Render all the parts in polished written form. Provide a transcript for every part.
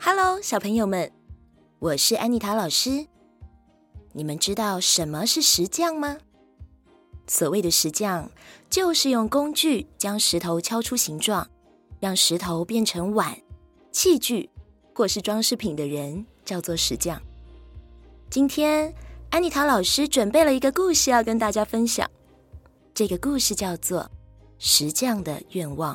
Hello， 小朋友们，我是安妮塔老师。你们知道什么是石匠吗？所谓的石匠，就是用工具将石头敲出形状，让石头变成碗、器具或是装饰品的人，叫做石匠。今天，安妮塔老师准备了一个故事要跟大家分享。这个故事叫做《石匠的愿望》。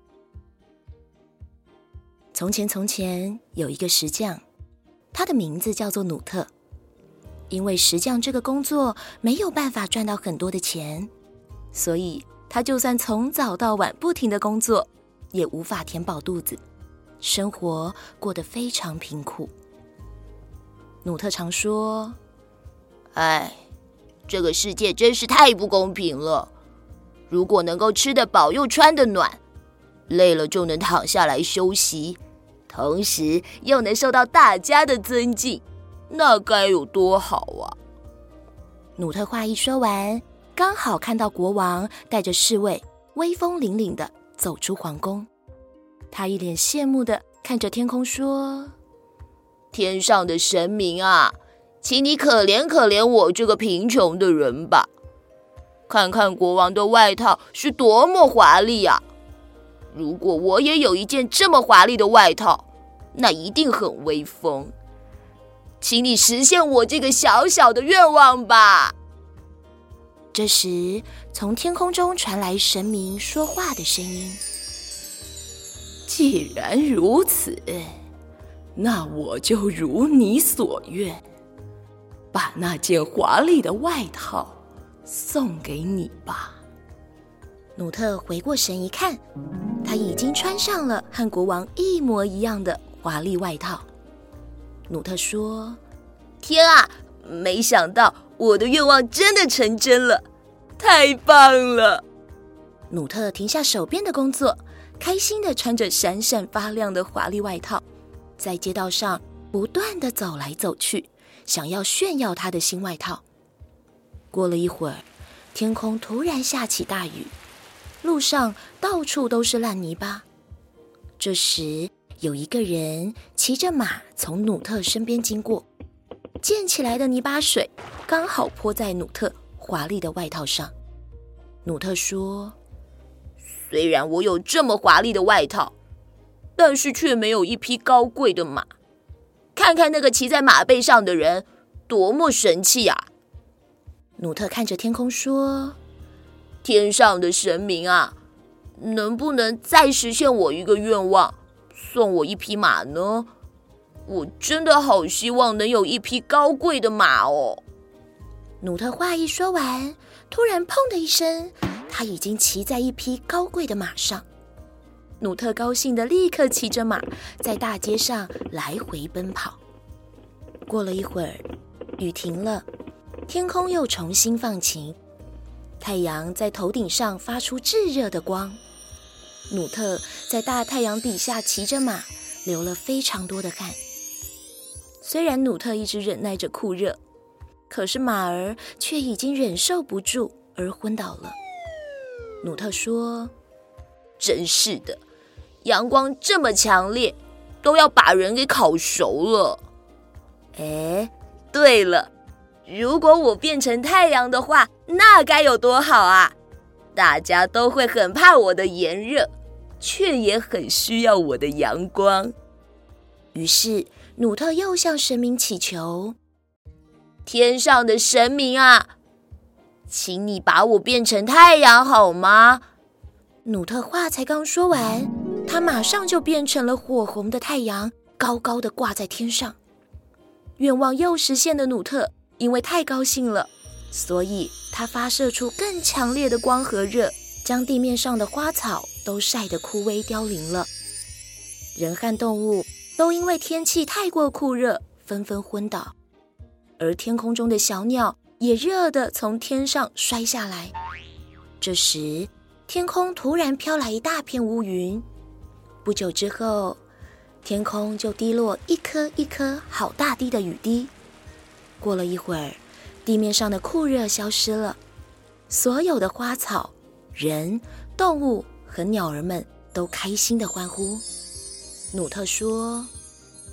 从前有一个石匠，他的名字叫做努特。因为石匠这个工作没有办法赚到很多的钱，所以他就算从早到晚不停的工作，也无法填饱肚子，生活过得非常贫苦。努特常说： 这个世界真是太不公平了。如果能够吃得饱又穿得暖，累了就能躺下来休息，同时又能受到大家的尊敬，那该有多好啊！ 努特话一说完，刚好看到国王带着侍卫威风凛凛地走出皇宫。他一脸羡慕地看着天空说： 天上的神明啊，请你可怜可怜我这个贫穷的人吧。看看国王的外套是多么华丽啊！如果我也有一件这么华丽的外套，那一定很威风。请你实现我这个小小的愿望吧。 这时，从天空中传来神明说话的声音： 既然如此，那我就如你所愿，把那件华丽的外套送给你吧。 努特回过神一看，他已经穿上了和国王一模一样的华丽外套。努特说： 天啊，没想到我的愿望真的成真了，太棒了！ 努特停下手边的工作，开心地穿着闪闪发亮的华丽外套，在街道上不断地走来走去，想要炫耀他的新外套。过了一会儿，天空突然下起大雨，路上到处都是烂泥巴。这时，有一个人骑着马从努特身边经过，溅起来的泥巴水刚好泼在努特华丽的外套上。努特说： 虽然我有这么华丽的外套，但是却没有一匹高贵的马。看看那个骑在马背上的人，多么神气啊！ 努特看着天空说： 天上的神明啊，能不能再实现我一个愿望，送我一匹马呢？我真的好希望能有一匹高贵的马哦。 努特话一说完，突然砰的一声，他已经骑在一匹高贵的马上。努特高兴地立刻骑着马在大街上来回奔跑。过了一会儿，雨停了，天空又重新放晴，太阳在头顶上发出炙热的光。努特在大太阳底下骑着马，流了非常多的汗。虽然努特一直忍耐着酷热，可是马儿却已经忍受不住而昏倒了。努特说： 真是的，阳光这么强烈，都要把人给烤熟了。对了，如果我变成太阳的话，那该有多好啊！大家都会很怕我的炎热，却也很需要我的阳光。 于是努特又向神明祈求： 天上的神明啊，请你把我变成太阳好吗？ 努特话才刚说完，他马上就变成了火红的太阳，高高的挂在天上。愿望又实现的努特因为太高兴了，所以他发射出更强烈的光和热，将地面上的花草都晒得枯萎凋零了。人和动物都因为天气太过酷热，纷纷昏倒，而天空中的小鸟也热得从天上摔下来。这时，天空突然飘来一大片乌云，不久之后，天空就滴落一颗一颗好大滴的雨滴。过了一会儿，地面上的酷热消失了，所有的花草、人、动物和鸟儿们都开心地欢呼。努特说：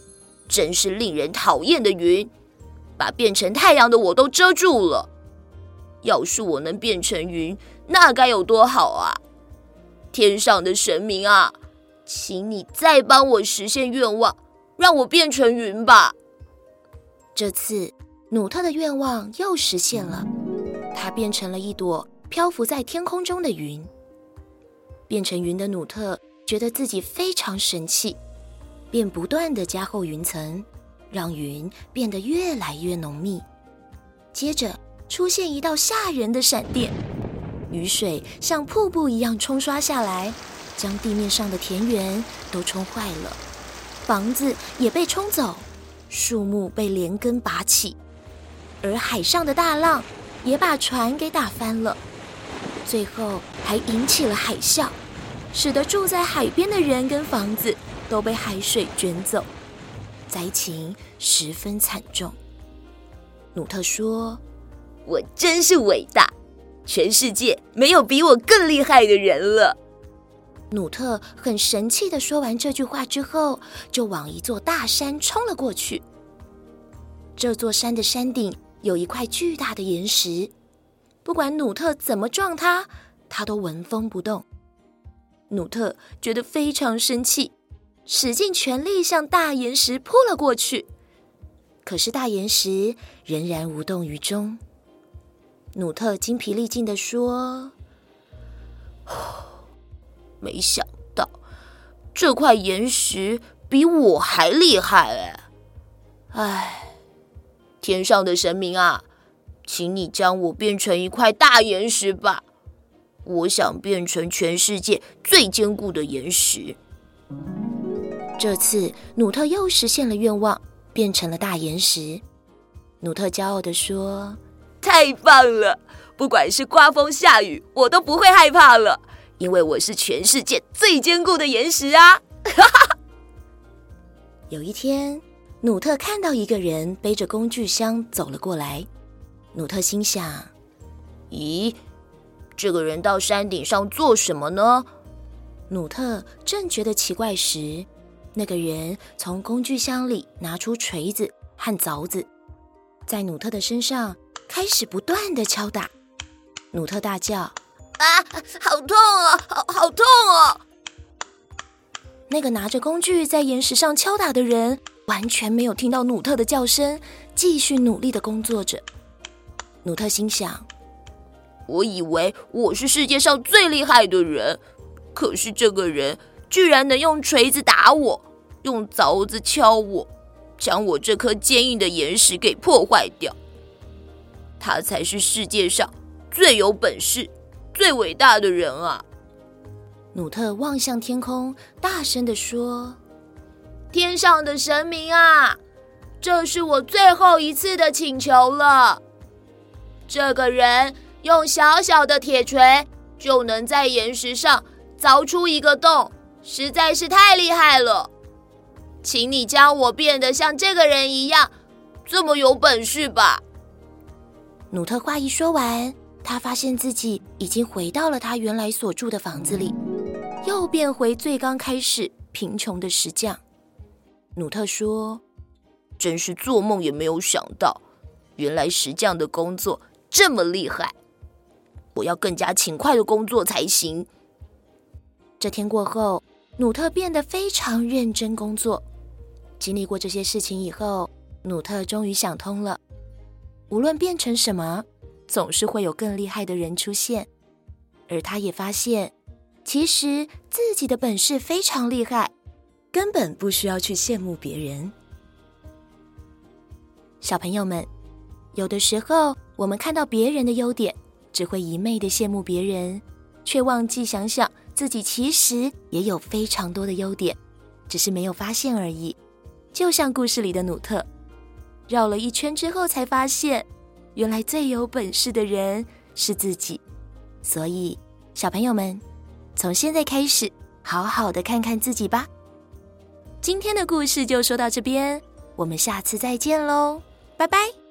真是令人讨厌的云，把变成太阳的我都遮住了。要是我能变成云，那该有多好啊！天上的神明啊，请你再帮我实现愿望，让我变成云吧。 这次努特的愿望又实现了，他变成了一朵漂浮在天空中的云。变成云的努特觉得自己非常神气，便不断地加厚云层，让云变得越来越浓密。接着出现一道吓人的闪电，雨水像瀑布一样冲刷下来，将地面上的田园都冲坏了，房子也被冲走，树木被连根拔起，而海上的大浪也把船给打翻了，最后还引起了海啸，使得住在海边的人跟房子都被海水卷走，灾情十分惨重。努特说：“ 我真是伟大，全世界没有比我更厉害的人了。” 努特很神气地说完这句话之后，就往一座大山冲了过去。这座山的山顶有一块巨大的岩石，不管努特怎么撞它，它都纹风不动。努特觉得非常生气，使尽全力向大岩石扑了过去，可是大岩石仍然无动于衷。努特精疲力尽地说：“ 没想到这块岩石比我还厉害哎！天上的神明啊，请你将我变成一块大岩石吧，我想变成全世界最坚固的岩石。” 这次努特又实现了愿望，变成了大岩石。努特骄傲地说：“ 太棒了！不管是刮风下雨，我都不会害怕了，因为我是全世界最坚固的岩石啊！” 有一天，努特看到一个人背着工具箱走了过来。努特心想：“ 咦，这个人到山顶上做什么呢？” 努特正觉得奇怪时，那个人从工具箱里拿出锤子和凿子，在努特的身上开始不断地敲打。努特大叫：“ 啊，好痛啊，好痛啊！” 那个拿着工具在岩石上敲打的人完全没有听到努特的叫声，继续努力地工作着。努特心想：“ 我以为我是世界上最厉害的人，可是这个人居然能用锤子打我，用凿子敲我，将我这颗坚硬的岩石给破坏掉。他才是世界上最有本事、最伟大的人啊！” 努特望向天空，大声地说：“ 天上的神明啊，这是我最后一次的请求了。这个人用小小的铁锤就能在岩石上凿出一个洞，实在是太厉害了。请你将我变得像这个人一样，这么有本事吧。” 努特话一说完，他发现自己已经回到了他原来所住的房子里，又变回最刚开始贫穷的石匠。努特说：“ 真是做梦也没有想到，原来石匠的工作这么厉害，我要更加勤快的工作才行。” 这天过后，努特变得非常认真工作。经历过这些事情以后，努特终于想通了，无论变成什么，总是会有更厉害的人出现。而他也发现，其实自己的本事非常厉害，根本不需要去羡慕别人。小朋友们，有的时候我们看到别人的优点，只会一昧地羡慕别人，却忘记想想自己其实也有非常多的优点，只是没有发现而已。就像故事里的努特，绕了一圈之后才发现，原来最有本事的人是自己。所以小朋友们，从现在开始好好的看看自己吧。今天的故事就说到这边，我们下次再见咯，拜拜。